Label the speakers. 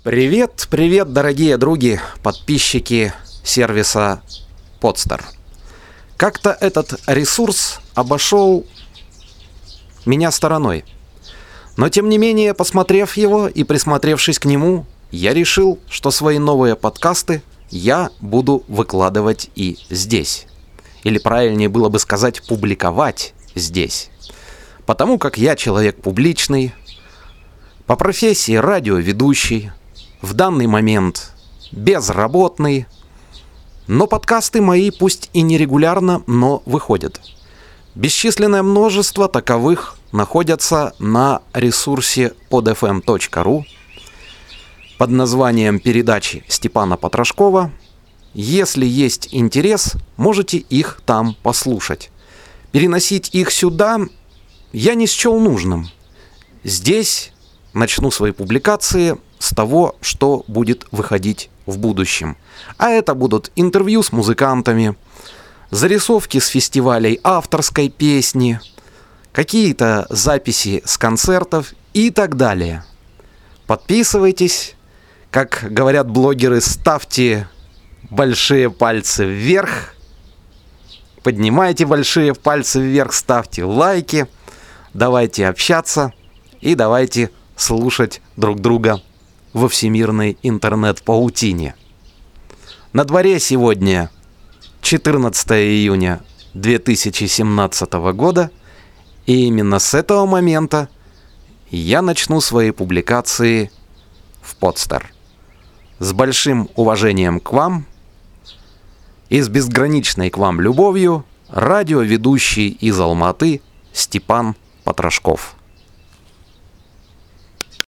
Speaker 1: Привет, привет, дорогие други, подписчики сервиса Podster. Как-то этот ресурс обошел меня стороной. Но тем не менее, посмотрев его и присмотревшись к нему, я решил, что свои новые подкасты я буду выкладывать и здесь. Или правильнее было бы сказать, публиковать здесь. Потому как я человек публичный, по профессии радиоведущий, в данный момент безработный, но подкасты мои пусть и нерегулярно, но выходят. Бесчисленное множество таковых находятся на ресурсе podfm.ru под названием передачи Степана Потрошкова. Если есть интерес, можете их там послушать. Переносить их сюда я не счел нужным. Здесь начну свои публикации с того, что будет выходить в будущем. А это будут интервью с музыкантами, зарисовки с фестивалей авторской песни, какие-то записи с концертов и так далее. Подписывайтесь. Как говорят блогеры, ставьте большие пальцы вверх. Поднимайте большие пальцы вверх, ставьте лайки. Давайте общаться и давайте слушать друг друга во всемирной интернет-паутине. На дворе сегодня 14 июня 2017 года, и именно с этого момента я начну свои публикации в Podster. С большим уважением к вам и с безграничной к вам любовью радиоведущий из Алматы Степан Потрошков.